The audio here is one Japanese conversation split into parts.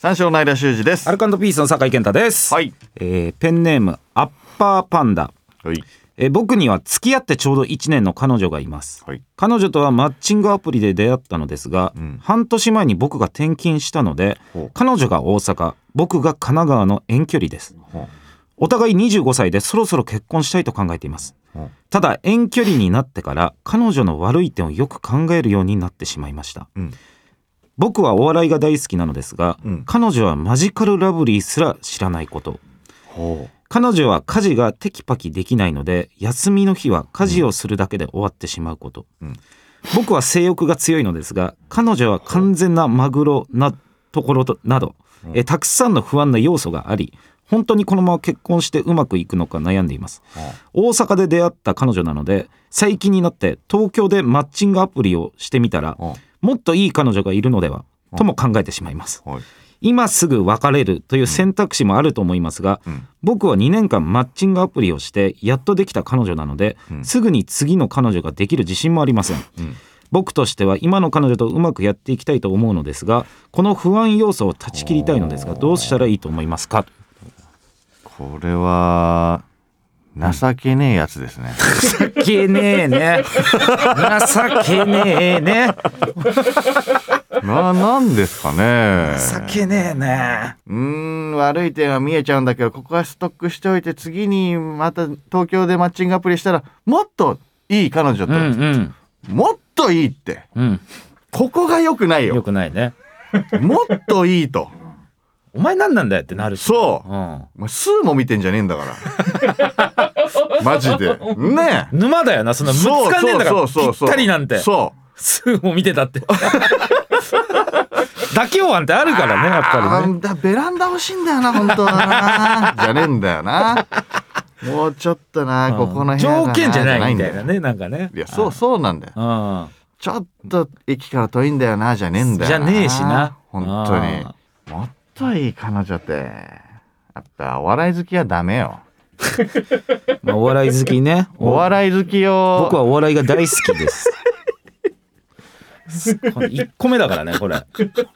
三四郎の間修二です。 アルカンドピースの酒井健太です。 はい。 ペンネームアッパーパンダ。 はい。 僕には付き合ってちょうど1年の彼女がいます。 はい。 彼女とはマッチングアプリで出会ったのですが、半年前に僕が転勤したので、彼女が大阪、僕が神奈川の遠距離です。お互い25歳でそろそろ結婚したいと考えています。ただ遠距離になってから彼女の悪い点をよく考えるようになってしまいました。僕はお笑いが大好きなのですが、彼女はマジカルラブリーすら知らないこと。彼女は家事がテキパキできないので、休みの日は家事をするだけで終わってしまうこと。僕は性欲が強いのですが、彼女は完全なマグロなところなど、たくさんの不安な要素があり、本当にこのまま結婚してうまくいくのか悩んでいます。大阪で出会った彼女なので、最近になって東京でマッチングアプリをしてみたら、もっといい彼女がいるのではとも考えてしまいます。今すぐ別れるという選択肢もあると思いますが、僕は2年間マッチングアプリをしてやっとできた彼女なので、すぐに次の彼女ができる自信もありません。僕としては今の彼女とうまくやっていきたいと思うのですが、この不安要素を断ち切りたいのですが、どうしたらいいと思いますか？ これは情けねえやつですね。 情けねえね。情けねえね。 なんですかね。 情けねえね。 悪い点は見えちゃうんだけど、ここはストックしておいて、次にまた東京でマッチングアプリしたらもっといい彼女と、もっといいって、ここが良くないよ。 良くないね。 もっといいと。 お前何なんだよってなるし。 そう、お前数も見てんじゃねえんだからマジでねえ、 沼だよな、そんなむつかんでんだからぴったりなんて。そう数も見てたって妥協案ってあるからね、やっぱりね。 ベランダ欲しいんだよな本当はなじゃねえんだよな。もうちょっとな、ここの部屋が条件じゃないみたいなね、なんかね。 いや、そうなんだよ。ちょっと駅から遠いんだよなじゃねえんだよな。 じゃねえしな、 本当に。もっといい彼女って、やっぱお笑い好きはダメよ。 お笑い好きね。 お笑い好きよ。 僕はお笑いが大好きです。1個目だからね、これ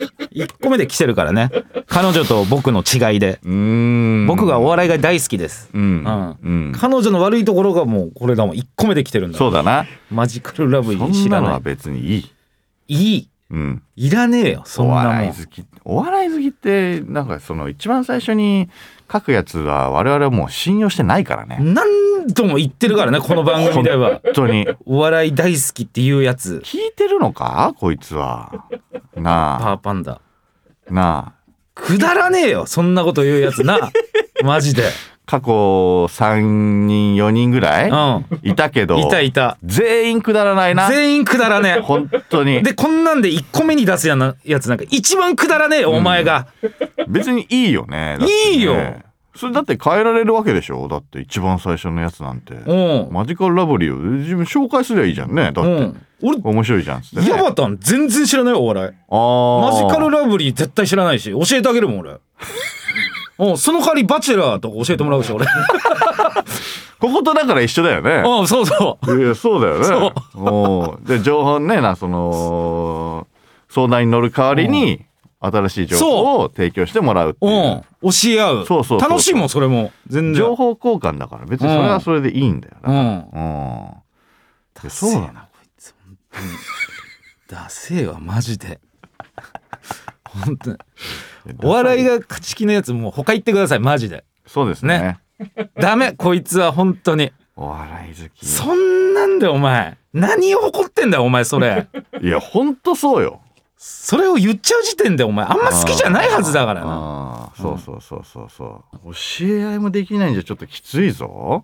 1個目で来てるからね、彼女と僕の違いで。僕がお笑いが大好きです。彼女の悪いところがもうこれだもん、1個目で来てるんだ。 そうだな。 マジカルラブリー知らない。 そんなのは別にいい、いらねえよそんなもん。 お笑い好きってなんかその一番最初に書くやつは我々はもう信用してないからね。 何度も言ってるからね、この番組では。 本当にお笑い大好きっていうやつ聞いてるのかこいつは。なあパーパンダなあ、 くだらねえよそんなこと言うやつなマジで。 過去3人4人ぐらい、いたけど、 いた全員くだらないな。 全員くだらねえ本当に。 でこんなんで1個目に出すやつなんか一番くだらねえよ、お前が。 別にいいよね。だってね、 いいよ。 それだって変えられるわけでしょ。だって一番最初のやつなんて、マジカルラブリーを自分紹介すりゃいいじゃんね。だって俺面白いじゃんっつってね。 ヤバタン全然知らないよお笑い。マジカルラブリー絶対知らないし教えてあげるもん俺。その代わりバチェラーとか教えてもらうし俺。 こことだから一緒だよね。 そうそう。 いやそうだよね。で情報ね、その相談に乗る代わりに新しい情報を提供してもらうっていう、 教え合う。そう楽しいもんそれも。全然情報交換だから別にそれはそれでいいんだよな。 そうなのこいつ本当にダセえわマジで。本当にお笑いが勝ち気のやつもう他行ってくださいマジで。 そうですね。 ダメこいつは本当に。 お笑い好きそんなんでお前何を誇ってんだよお前それ。 いや本当そうよ。 それを言っちゃう時点でお前あんま好きじゃないはずだからな。 そう教え合いもできないんじゃちょっときついぞ。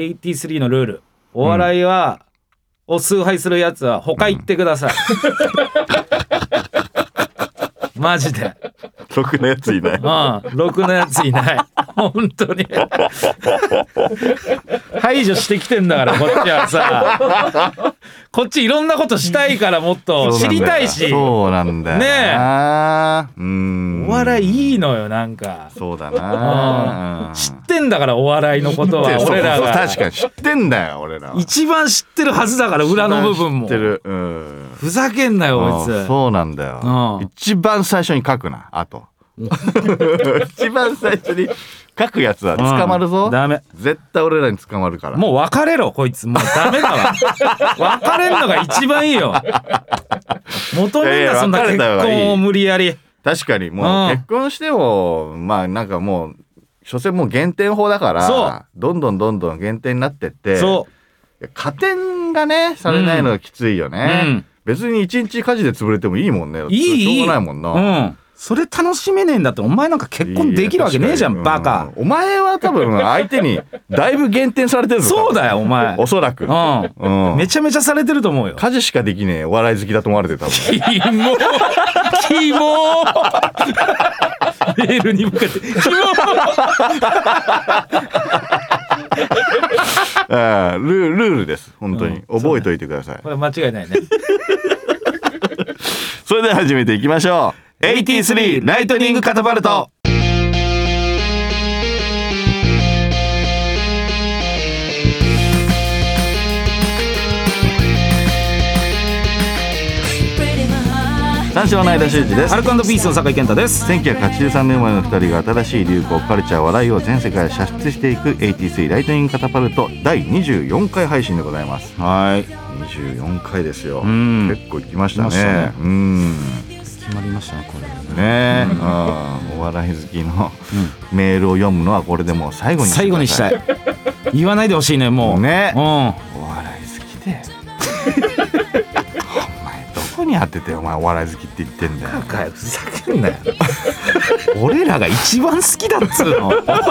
83のルール、お笑いは、を崇拝するやつは他行ってください。マジでろくなやついない。 ろくなやついない本当に。排除してきてんだからこっちはさ。こっちいろんなことしたいからもっと知りたいし。 そうなんだよねえ。お笑いいいのよなんか。 そうだな。 知ってんだからお笑いのことは俺らが。 確かに知ってんだよ俺らは。 一番知ってるはずだから裏の部分も。知ってる。ふざけんなよこいつ。 そうなんだよ。一番最初に書くな。あと一番最初に書くやつは捕まるぞ、 ダメ。 絶対俺らに捕まるから。 もう別れろこいつ。もうダメだわ。別れんのが一番いいよ。求めんなそんな結婚を無理やり。 確かにもう結婚してもまあなんかもう所詮もう減点法だからどんどん減点になってって、そう加点がねされないのがきついよね、別に一日家事で潰れてもいいもんね。しょうがないもんな、 それ楽しめねえんだってお前なんか結婚できるわけねえじゃんバカ、 お前は多分相手にだいぶ減点されてるぞ。 そうだよお前。 おそらく、 めちゃめちゃされてると思うよ。 家事しかできねえお笑い好きだと思われてたもん。 キモメールに向かってキモルールです本当に、覚えといてください。 これ間違いないね。 それでは始めていきましょう。83ライトニングカタパルト。三四郎の間修二です。 アルコ&ピースの酒井健太です。 1983年生まれの2人が新しい流行カルチャー笑いを全世界へ射出していく83ライトニングカタパルト第24回配信でございます。 はい 24回ですよ。結構いきましたね。 決まりましたねこれね。お笑い好きのメールを読むのはこれでもう最後にしたい。言わないでほしいねもうね。お笑い好きでお前どこに当ててお前お笑い好きって言ってんだよ。 ふざけんなよ。俺らが一番好きだっつうの。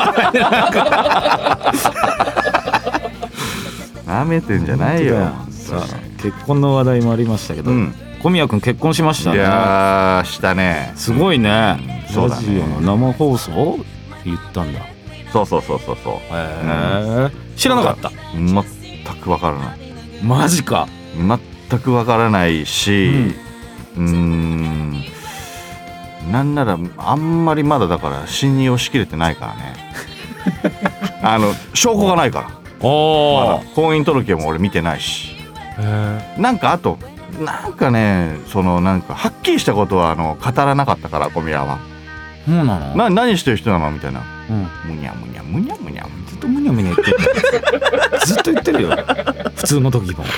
なめてんじゃないよ。 さあ結婚の話題もありましたけど、小宮君結婚しましたね。 いやしたね。 すごいね。 そうだね。 ラジオの生放送って言ったんだ。 そう。 知らなかった。 全くわからない。 マジか。 全くわからないし、なんならあんまりまだだから信用しきれてないからね。証拠がないから。まだ婚姻届も俺見てないし。なんかあとなんかねなんかはっきりしたことは語らなかったから小宮は。 そうなの？何してる人なのみたいな。むにゃむにゃむにゃむにゃずっとむにゃむにゃ言ってる。ずっと言ってるよ。普通の時も。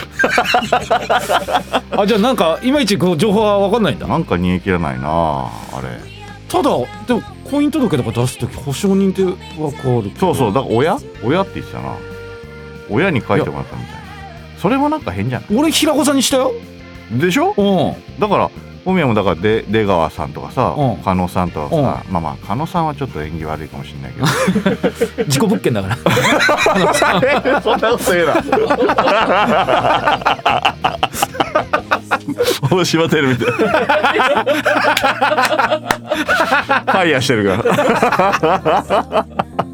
じゃあなんかいまいち情報は分かんないんだ。 なんか煮え切らないなあれ。 ただでも婚姻届とか出す時保証人って分かる。 そうだから親って言ってたな。親に書いてもらったみたいな。それもなんか変じゃない？ 俺平子さんにしたよ。 でしょ？だから小宮もだから出川さんとかさ、加納さんとかさ、まあ加納さんはちょっと縁起悪いかもしれないけど事故物件だからそんなこと言うな。大島テレビでファイヤーしてるから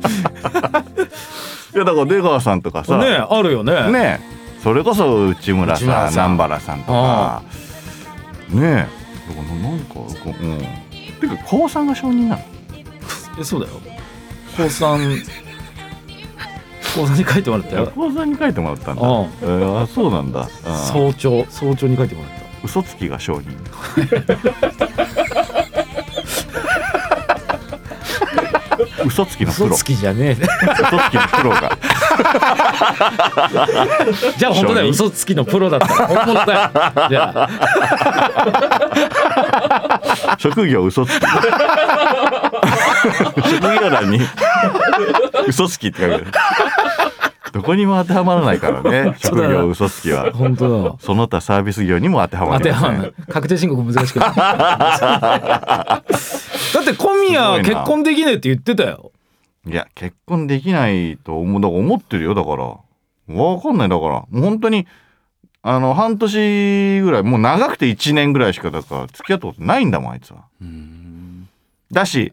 いやだから出川さんとかさねあるよね。 ねそれこそ内村さん南原さんとかねえなんかてか高さんが承認なの？ そうだよ。高さんに書いてもらったよ。 高さんに書いてもらったんだ。そうなんだ。 早朝に書いてもらった。 嘘つきが承認。嘘つきのプロ。 嘘つきじゃねえ。 嘘つきのプロが。 じゃあ本当だよ。嘘つきのプロだったら本物だよ。じゃあ。職業嘘つき。職業欄に嘘つきって書いてある。どこにも当てはまらないからね。職業嘘つきは。 本当だ。 その他サービス業にも当てはまりません。 確定申告難しくない。だって小宮結婚できねえって言ってたよ。 いや結婚できないと思ってるよ。だから分かんない。だからもう本当に半年ぐらいもう長くて1年ぐらいしかだから付き合ったことないんだもんあいつは。だし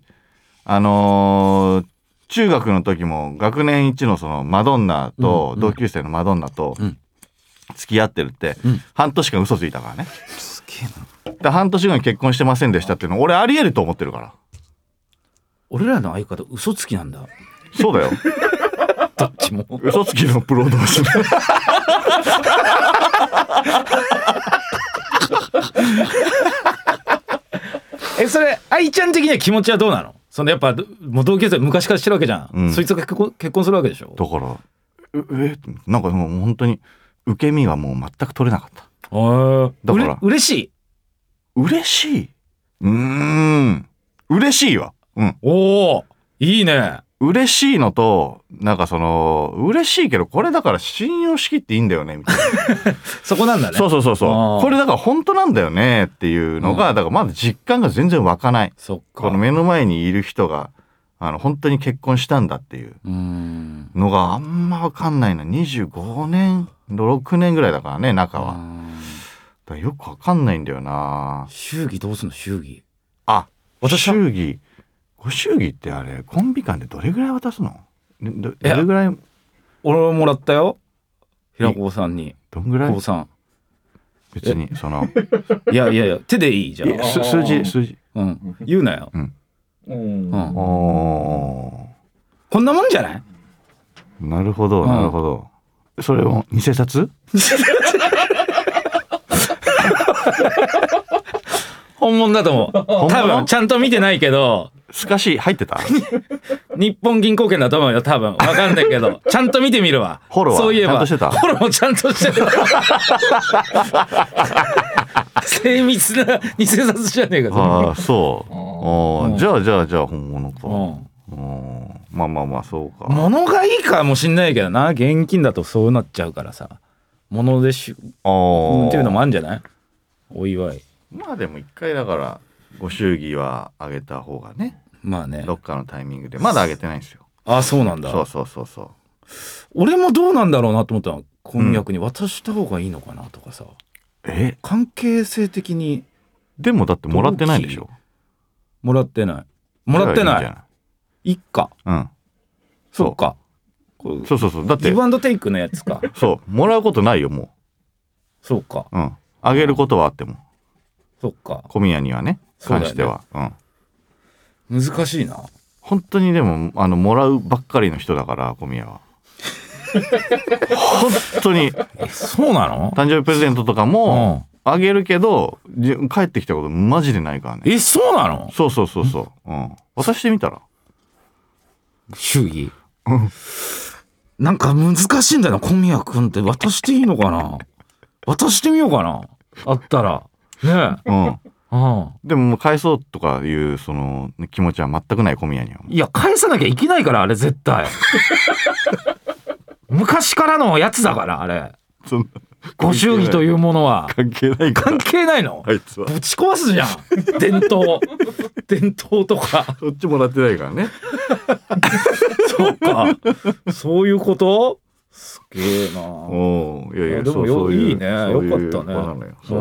中学の時も学年一のそのマドンナと同級生のマドンナと付き合ってるって半年間嘘ついたからね。 すげえな。 で半年後に結婚してませんでしたっていうの俺ありえると思ってるから。 俺らの相方嘘つきなんだ。 そうだよ。 どっちも嘘つきのプロ同士。 それ愛ちゃん的には気持ちはどうなの？そのやっぱもう同級生昔からしてるわけじゃん、うん、そいつが結婚するわけでしょ。 だからなんかもう本当に受け身がもう全く取れなかった。だから嬉しい嬉しいわ。うん。 おーいいね。 嬉しいのとなんかその嬉しいけどこれだから信用しきっていいんだよねみたいなそこなんだね。 そうこれだから本当なんだよねっていうのが、だからまだ実感が全然湧かない。 そっか。 この目の前にいる人が本当に結婚したんだっていうのがあんま分かんないな。25年6年ぐらいだからね中は。だからよく分かんないんだよな。 祝儀どうすんの？祝儀祝儀ご祝儀ってあれコンビ間でどれぐらい渡すの？どれぐらい？ 俺もらったよ平子さんに。 どんぐらい？ 久保さん別にそのいや手でいいじゃん。 数字、 うん、言うなよ。こんなもんじゃない？ なるほど、それを偽札本物だと思う。多分ちゃんと見てないけど透かし入ってた日本銀行券だと思うよ多分。分かんないけどちゃんと見てみるわ。 フォローはそういえばちゃんとしてた。 フォローもちゃんとしてた精密な偽札じゃねえか。 そうじゃあ本物か。まあそうか。 物がいいかもしんないけどな。現金だとそうなっちゃうからさ物でっていうのもあるんじゃない？お祝い。 まあでも一回だからご祝儀はあげた方がね。 まあね。 どっかのタイミングでまだあげてないんですよ。 あ、そうなんだ。 そう俺もどうなんだろうなと思ったの。婚約に渡した方がいいのかなとかさ。関係性的に。 でもだってもらってないでしょ。 もらってない。いっか。 うん。 そうか。 そうだってギブアンドテイクのやつか。 そうもらうことないよもう。 そうか。 うん。あげることはあっても。 そっか。 小宮にはね関しては。 難しいな。 本当にでももらうばっかりの人だから小宮は。本当に。 そうなの？ 誕生日プレゼントとかもあげるけど帰ってきたことマジでないからね。 そうなの？ そう。渡してみたら。 祝儀。なんか難しいんだよな小宮君って。渡していいのかな？渡してみようかな。あったらねえ。 でももう返そうとかいうその気持ちは全くない小宮には。 いや返さなきゃいけないからあれ絶対昔からのやつだからあれ。ご祝儀というものは関係ないから。 関係ないの？ あいつはぶち壊すじゃん伝統とか。 そっちもらってないからね。 そうか。そういうこと？すげえな。 いやでもいいね。よかったね。 そう。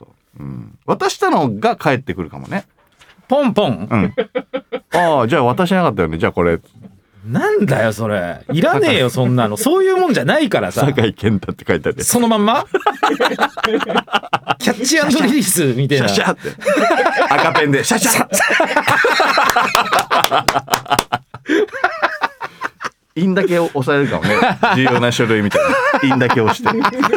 渡したのが帰ってくるかもね。 ポンポン。 じゃあ渡しなかったよね。じゃあこれ。 なんだよそれ。いらねえよそんなの。そういうもんじゃないからさ。 酒井健太って書いてある。 そのまんま。キャッチ&リリースみたいな。 シャシャって赤ペンでシャシャ。印だけを押さえるかもね。重要な書類みたいな印だけ押して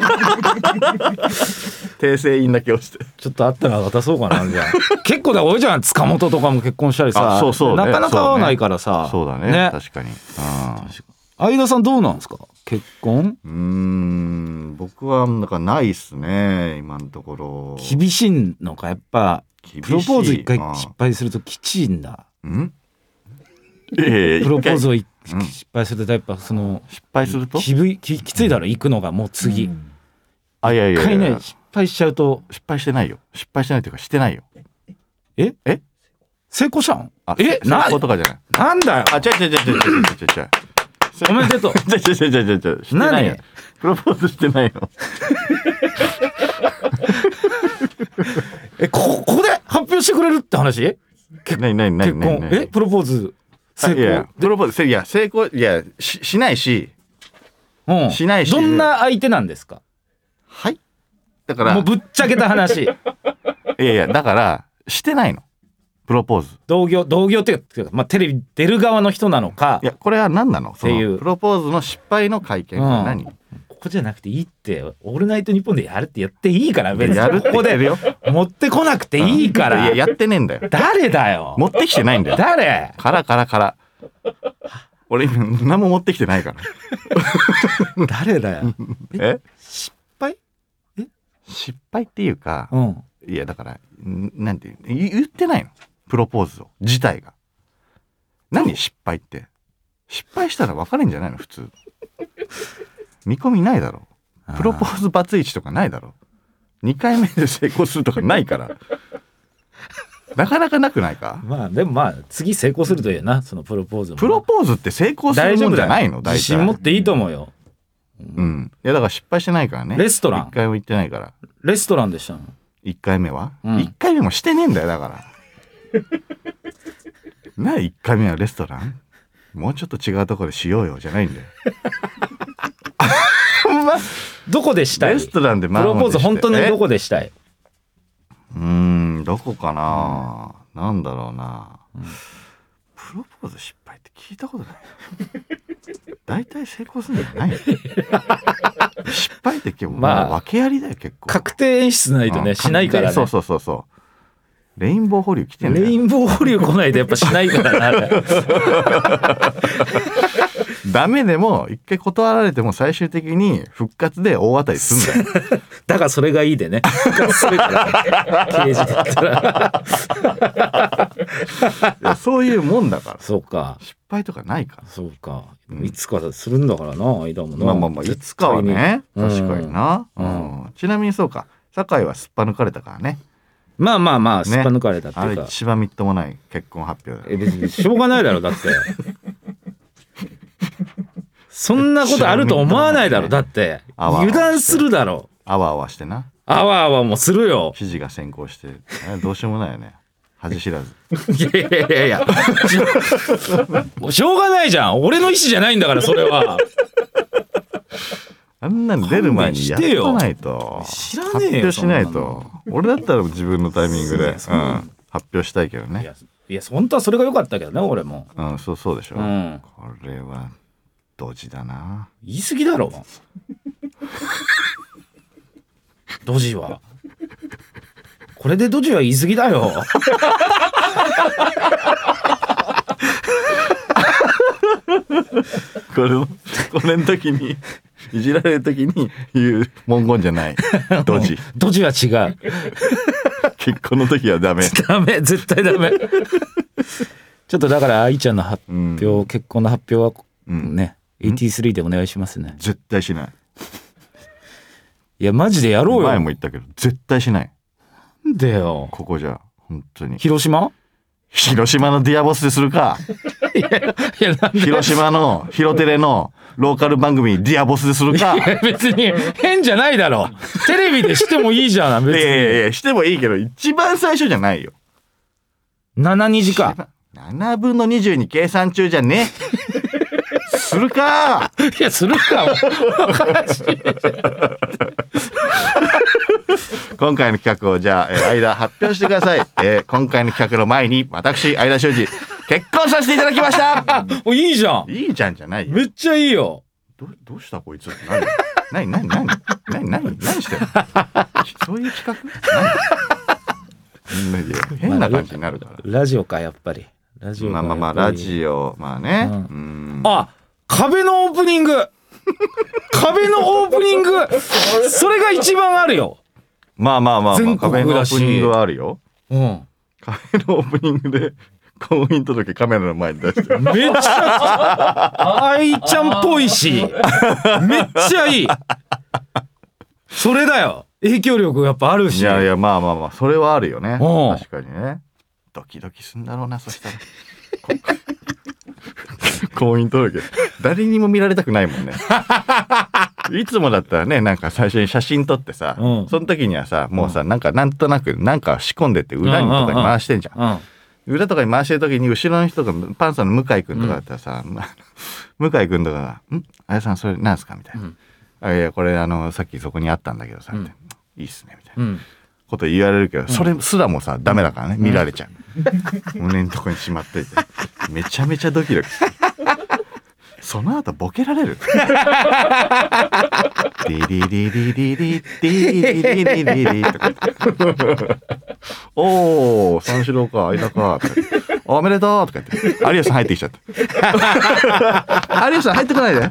訂正印だけ押して。 ちょっとあったら渡そうかな。じゃあ結構だ多いじゃん。塚本とかも結婚したりさ。 そう、 なかなか会わないからさ。 そうだね。確かに。 相田さんどうなんですか結婚？ 僕はなんかないっすね今のところ。 厳しいのかやっぱ。プロポーズ一回失敗するときちいんだ。プロポーズを失敗するとやっぱその失敗するときついだろ行くのがもう次。 いや一回ね失敗しちゃうと。 失敗してないよ。失敗してないというかしてないよ。 成功したん？ 成功とかじゃない。 なんだよ。 違う。 おめでとう。 してないよ。プロポーズしてないよ。 ここで発表してくれるって話？ 結婚プロポーズ成功。 プロポーズ成功しないし。しないし。 どんな相手なんですか？ はい。だからもうぶっちゃけた話。 だからしてないの。プロポーズ同業っていうか、テレビ出る側の人なのか。 いやこれは何なの？ っていうプロポーズの失敗の会見は何？ こじゃなくていいって、オールナイトニッポンでやるってやっていいから別にやるってここで持ってこなくていいから、 いややってねえんだよ。 誰だよ、 持ってきてないんだよ。 誰から俺何も持ってきてないから誰だよ失敗っていうか、 うん、 いやだからなんて言ってないの、プロポーズを自体が。何失敗って、失敗したら別れんじゃないの普通。見込みないだろ。プロポーズバツイチとかないだろ。2回目で成功するとかないからなかなかなくないか。 まあでもまあ次成功するといいな、そのプロポーズも。 プロポーズって成功するもんじゃないの。 自信持っていいと思うよ。 うん、いやだから失敗してないからね。 レストラン 1回も行ってないから。 レストランでしたの 1回目は、 うん、 1回目もしてねえんだよだからなあ1回目はレストラン、もうちょっと違うところでしようよじゃないんだよどこでしたい？ レストランでプロポーズ本当にどこでしたい？ どこかな、なんだろうな、プロポーズ失敗って聞いたことない大体成功するんじゃない失敗って結構訳ありだよ結構。 確定演出ないとね、しないからね。 そうレインボー保留来てんだよ。 レインボー保留来ないとやっぱしないからなダメでも一回断られても最終的に復活で大当たりすんだよだからそれがいいでね、復活するから刑事だったらいやそういうもんだから。 そうか、 失敗とかないから。 そうか、いつかするんだからな、間もな。 まあいつかはね、確かにな、ちなみにそうか、酒井はすっぱ抜かれたからね。 まあすっぱ抜かれたっていうか、 あれ一番みっともない結婚発表だよ。 別にしょうがないだろだってそんなことあると思わないだろだって。油断するだろ。 あわあわしてな。 あわあわもするよ。 生地が先行してどうしようもないよね恥知らずいやしょうがないじゃん、俺の意思じゃないんだからそれはあんなの出る前にやっとないと。 知らねえよ、 発表しないと。俺だったら自分のタイミングで、発表したいけどね。 いや本当はそれが良かったけどね俺も。 そうでしょ、 これはドジだな。 言い過ぎだろドジはこれでドジは言い過ぎだよこれの時にいじられる時に言う文言じゃないドジドジは違う結婚の時はダメ絶対ダメちょっとだから愛ちゃんの発表、結婚の発表はね、83でお願いしますね。 絶対しない。 いやマジでやろうよ。 前も言ったけど絶対しない。 なんでよここじゃ本当に。 広島のディアボスでするかいやなんで広島の広テレのローカル番組ディアボスでするか。 いや別に変じゃないだろテレビでしてもいいじゃん別に。 いやしてもいいけど一番最初じゃないよ。 7時か 7分の20に計算中じゃねするか。 いやするか今回の企画をじゃあ、間発表してください。今回の企画の前に私相田修二結婚させていただきましたいいじゃん。 いいじゃんじゃないよ。 めっちゃいいよ。 どうしたこいつ。何してるそういう企画変な感じになるから。 ラジオかやっぱり。ラジオまあラジオまあね、 あ壁のオープニングそれが一番あるよ。 まあ全国壁のオだしープニングはあるよ。 壁のオープニングで婚姻届カメラの前に出してめっちゃ愛ちゃんっぽいしめっちゃいい。それだよ、影響力やっぱあるし。 いやまあそれはあるよね。 うん確かにね。ドキドキすんだろうなそしたら婚姻届誰にも見られたくないもんねいつもだったらねなんか最初に写真撮ってさ、その時にはさもうさなんとなくなんか仕込んでって裏にとかに回してんじゃん、裏とかに回してる時に後ろの人がパンサーの向井くんとかだったらさ、向井くんとかが「あやさんそれなんすか?」みたいな「いやこれさっきそこにあったんだけどさ」みたいな「いいっすね」みたいなこと言われるけど、それすらもさダメだからね、見られちゃう胸のとこにしまっといてめちゃめちゃドキドキするその後ボケられるディリリリリリディリリリリとかおー三四郎か間かとかおめでとうとか言って有吉さん入ってきちゃった有吉さん入ってこないで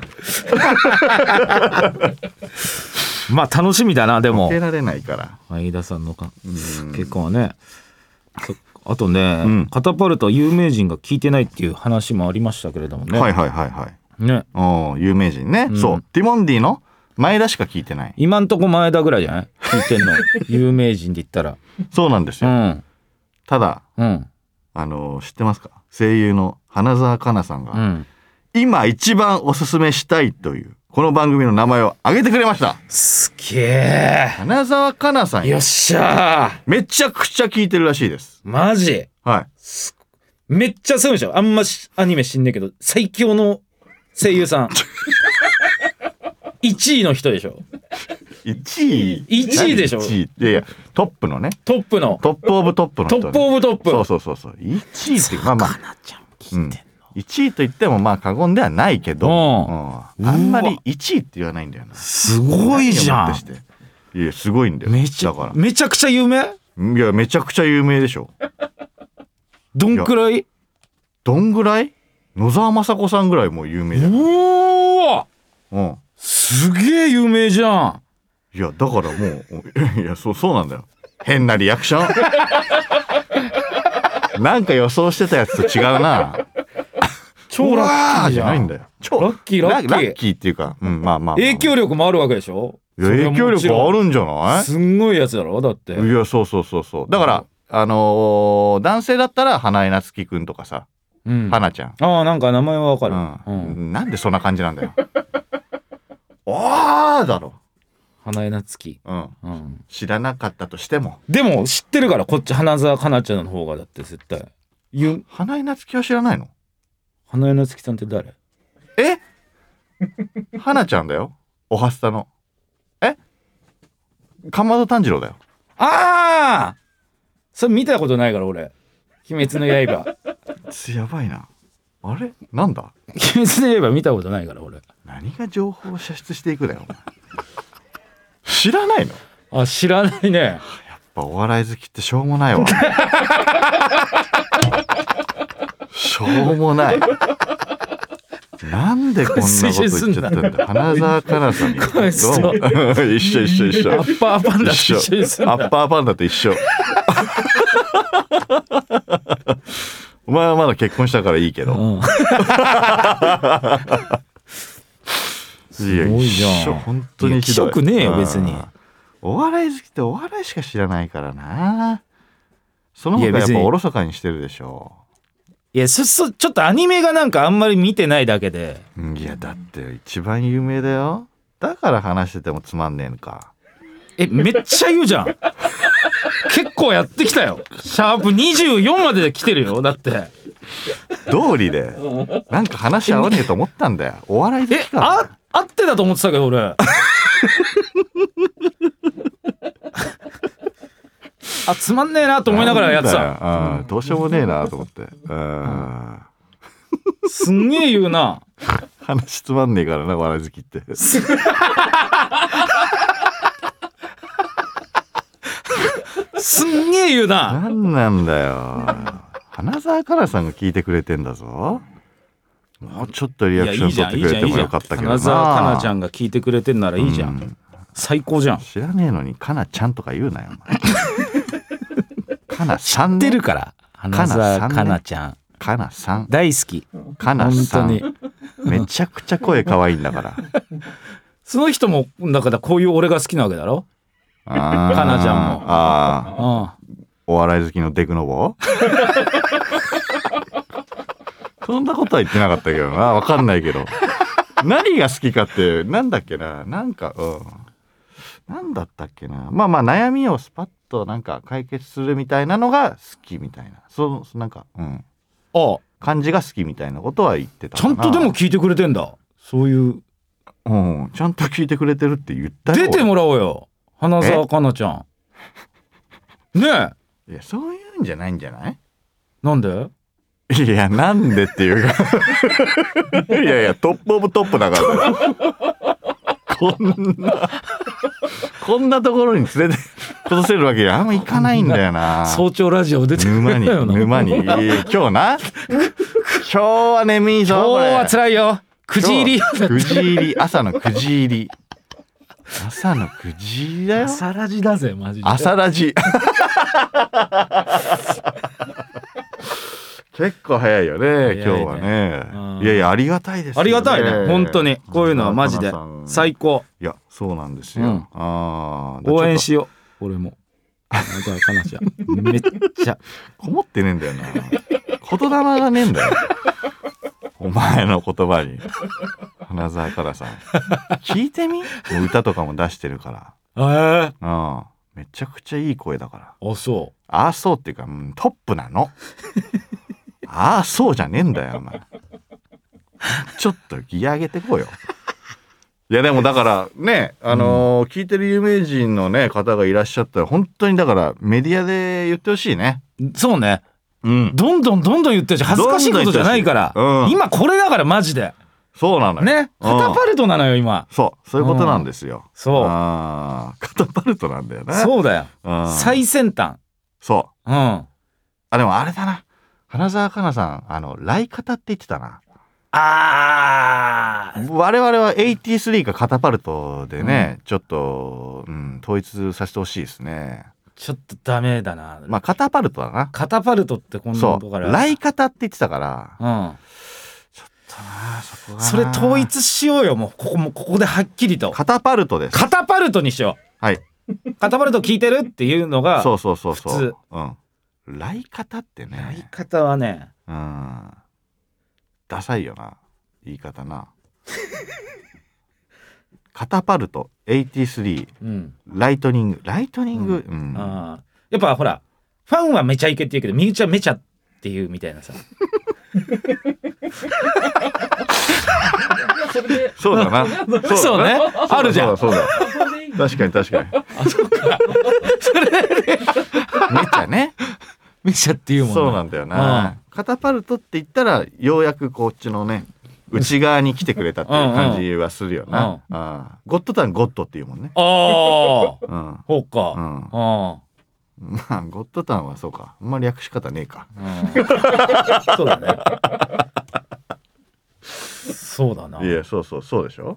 まあ楽しみだな。でもボケられないから相田さんの結婚はね。あとね、カタパルトは有名人が聞いてないっていう話もありましたけれどもね。 はいはいはいはいね、 有名人ね、そうティモンディの前田しか聞いてない。 今んとこ前田ぐらいじゃない聞いてんの有名人で言ったら。 そうなんですよ、ただ、知ってますか、声優の花澤香菜さんが、今一番おすすめしたいというこの番組の名前を挙げてくれました。 すげえ。 花澤香菜さんよっしゃー。 めちゃくちゃ聞いてるらしいです。 マジ？ はい。 めっちゃすごいでしょ。あんまアニメ知んねえけど最強の声優さん1位の人でしょ。 1 位でしょ。 1位。いやトップのね。 トップオブトップの人、ね、 トップオブトップ。 そう1位ってまあまあ1位と言ってもまあ過言ではないけど、あんまり1位って言わないんだよな。 すごいじゃん。 いやすごいんだよ。 めちゃくちゃ有名？ いやめちゃくちゃ有名でしょ。 どんくらい？ 野沢雅子さんぐらいもう有名じゃん。 おお。すげえ有名じゃん。 いやだからもういやそうなんだよ。変なリアクションなんか予想してたやつと違うな。 超ラッキーじゃないんだよ。超ラッキーっていうか、まあ影響力もあるわけでしょ。 いや影響力あるんじゃない？ すんごいやつだろだって。 いやそうだから男性だったら花江夏樹くんとかさ、花ちゃん。 ああなんか名前はわかる。 なんでそんな感じなんだよ。ああだろ。 花江夏樹。 知らなかったとしても。 でも知ってるからこっち花澤香菜ちゃんの方がだって絶対。 花江夏樹は知らないの？ 花江夏樹さんって誰？ 花ちゃんだよ。おはスタの。かまど炭治郎だよ。 ああそれ見たことないから俺。鬼滅の刃。 やばいな。あれなんだ？ 鬼滅の刃見たことないから俺。 何が情報を射出していくだよ。知らないの？ あ知らないね。やっぱお笑い好きってしょうもないわ。しょうもない。なんでこんなこと言っちゃったんだ。花澤香菜さんにどうも一緒アッパーパンダと一緒です。 アッパーパンダと一緒。お前はまだ結婚したからいいけど、 すごいじゃん。 本当にひどい。 気色ねえよ別に。 お笑い好きってお笑いしか知らないからな。その他やっぱおろそかにしてるでしょ。 いやちょっとアニメがなんかあんまり見てないだけで。 いやだって一番有名だよ。だから話しててもつまんねえのか。 めっちゃ言うじゃん。結構やってきたよ。シャープ24までで来てるよ。だって道理でなんか話合わねえと思ったんだよ。お笑い好きか。 合ってたと思ってたけど俺。つまんねえなと思いながらやってた。 どうしようもねえなと思って。 すんげえ言うな。 話つまんねえからな笑い好きって。 すんげえ言うな。 なんなんだよ。花澤香菜さんが聞いてくれてんだぞ。もうちょっとリアクション取ってくれてもよかったけどな。 花澤香菜ちゃんが聞いてくれてんならいいじゃん。最高じゃん。 知らねえのに香菜ちゃんとか言うなよ。香菜さん、 知ってるから。花澤香菜ちゃん。 香菜さん大好き。 香菜さんめちゃくちゃ声可愛いんだから。 その人もだからこういう俺が好きなわけだろ。香菜ちゃんも。 お笑い好きのデクノボ。そんなことは言ってなかったけどな。わかんないけど。何が好きかってなんだっけな。なんかなんだったっけな。まあ悩みをスパッとなんか解決するみたいなのが好きみたいな。なんか感じが好きみたいなことは言ってたかな。 ちゃんとでも聞いてくれてんだ。そういう。 ちゃんと聞いてくれてるって言ったよ。 出てもらおうよ。花澤香菜ちゃん。ねえ。 いやそういうんじゃないんじゃない？ なんで？ いやなんでっていうかいやいやトップオブトップだからこんなところに連れてこさせるわけにあんまいかないんだよな。 早朝ラジオ出てる沼に今日は眠いぞ。 今日は辛いよ。9時入り朝の9時入り朝の9時だよ。 朝ラジだぜマジで。 朝ラジ結構早いよね今日はね。いやいやありがたいですよね。 ありがたいね本当に。こういうのはマジで最高。 いやそうなんですよ、 応援しよう俺も。じゃあかなちゃんめっちゃこもってねえんだよな言霊がねえんだよお前の言葉に。花澤香菜さん聞いてみ。歌とかも出してるから。めちゃくちゃいい声だから。そうっていうか、トップなのそうじゃねえんだよお前ちょっとギア上げてこうよ。いやでもだからね聞いてる有名人のね方がいらっしゃったら本当にだからメディアで言ってほしいね。 そうね、どんどん言ってほしい。恥ずかしいことじゃないから、今これだからマジで。そうなのよね。カタパルトなのよ今。そういうことなんですよ。カタパルトなんだよね。そうだよ、最先端。でもあれだな、花澤香菜さんライカタって言ってたな。我々は83かカタパルトでね、ちょっと、統一させてほしいですね。ちょっとダメだな。カタパルトだな。カタパルトって今度からライカタって言ってたから、ちょっとなそこがな。それ統一しようよもうここではっきりと。カタパルトです。カタパルトにしよう。カタパルト聞いてるっていうのが普通。ライカタってね。ライカタはね。ダサいよな言い方なカタパルト83、ライトニング、やっぱほらファンはめちゃイケって言うけど身内はめちゃっていうみたいなさそうだな。そうねあるじゃん。そうだ確かにそっかそれめちゃねめちゃっていうもん。そうなんだよな。カタパルトって言ったらようやくこっちのね内側に来てくれたっていう感じはするよな。ゴッドタンゴッドっていうもんね。そうか。ゴッドタンはそうかあんまり略し方ねえか。そうだね。そうだな。いやそうでしょ。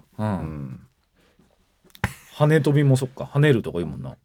羽飛びもそっか跳ねるとかいいもんな。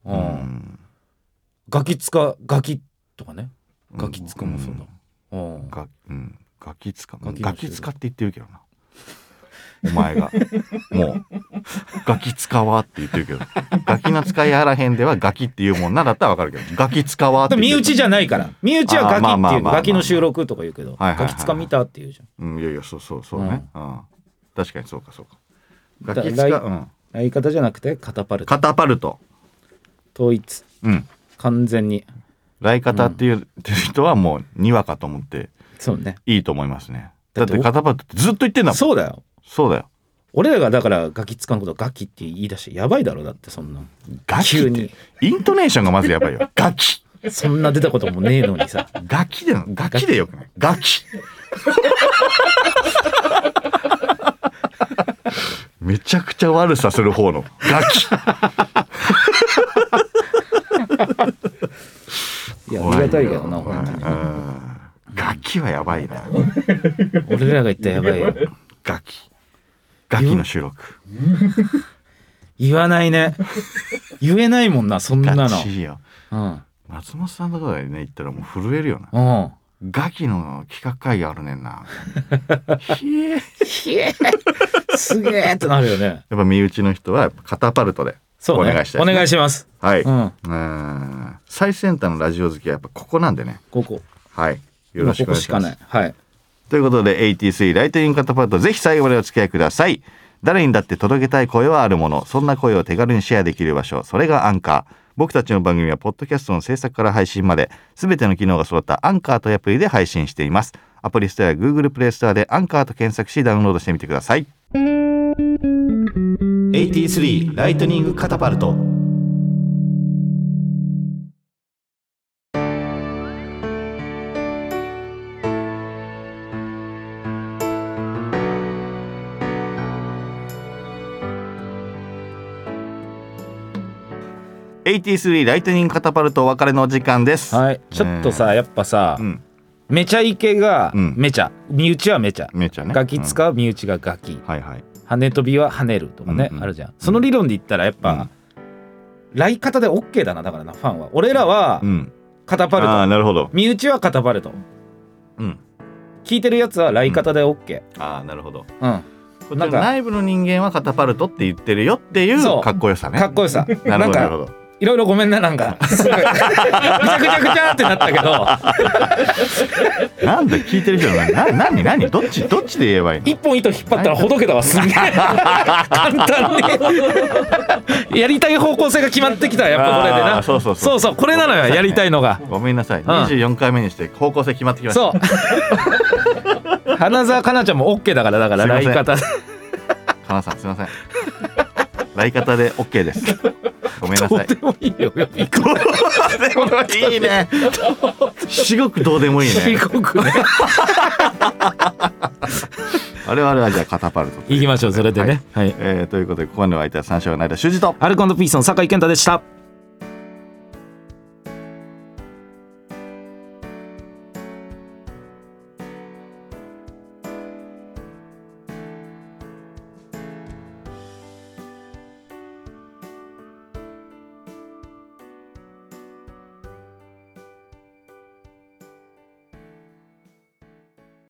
ガキつかガキとかね。ガキつかもそうだ。ガキつかって言ってるけどなお前がもうガキつかわって言ってるけどガキの使いあらへんではガキっていうもんなだったらわかるけどガキつかわって身内じゃないから身内はガキっていうガキの収録とか言うけどガキつか見たっていうじゃん。いやいやそうね。確かにそうかガキつか相方じゃなくてカタパルト統一完全にライカタっていう人はもうにわかと思っていいと思いますね。だってカタパルトってずっと言ってんだもん。そうだよ俺らがだからガキつかんことガキって言い出してやばいだろ。だってそんなガキってイントネーションがまずやばいよガキそんな出たこともねえのにさガキでよくないガキめちゃくちゃ悪さする方のガキいやありがたいけどな本当に。ガキはやばいな俺らが言ったらやばいよ。ガキの収録言わないね言えないもんなそんなの。ガチよ、松本さんとかでね言ったらもう震えるよな。ガキの企画会議あるねんなひえすげえってなるよね。やっぱ身内の人はやっぱカタパルトでお願いしたい、ね、お願いします。はい、最先端のラジオ好きはやっぱここなんでね。ここはいよろしくお願いします。はい。ということで 83 ライトニングカタパルトぜひ最後までお付き合いください。誰にだって届けたい声はあるもの、そんな声を手軽にシェアできる場所、それがアンカー。僕たちの番組はポッドキャストの制作から配信まで全ての機能が揃ったアンカーというアプリで配信しています。アプリストアや Google プレイストアでアンカーと検索しダウンロードしてみてください。83ライトニングカタパルト。 83ライトニングカタパルトお別れのお時間です。 はい、ちょっとさ、やっぱさ、めちゃイケがめちゃ、身内はめちゃ、 めちゃね、 ガキ使う身内がガキ、 はいはい、 跳ね飛びは跳ねるとかね、あるじゃん。その理論で言ったらやっぱ、来方で OK だな。だからな、ファンは俺らはカタパルト、 あ、なるほど、 身内はカタパルト、聞いてるやつは来方で OK、 ああ、なるほど。 なんか内部の人間はカタパルトって言ってるよっていうかっこよさね。 かっこよさ。 なるほどなるほど。 いろいろごめんな、なんかぐちゃぐちゃぐちゃってなったけどなんで聞いてる人は何どっちで言えばいいの。 一本糸引っ張ったらほどけたわ、すんげえ簡単にやりたい方向性が決まってきた。やっぱこれでな、そうこれなのよ、やりたいのが。 ごめんなさい、24回目にして方向性決まってきました。 そう花澤香菜ちゃんも OK だから、来方で香菜さんすいません、来方で OK です。ごめんなさい。 どうでもいいよ。どうでもいいね。至極どうでもいいね。 至極ね。 我々はじゃあカタパルト行きましょう、それでね。はい。 ということでここまでの相手は三章の間修二とアルコ&ピースの酒井健太でした。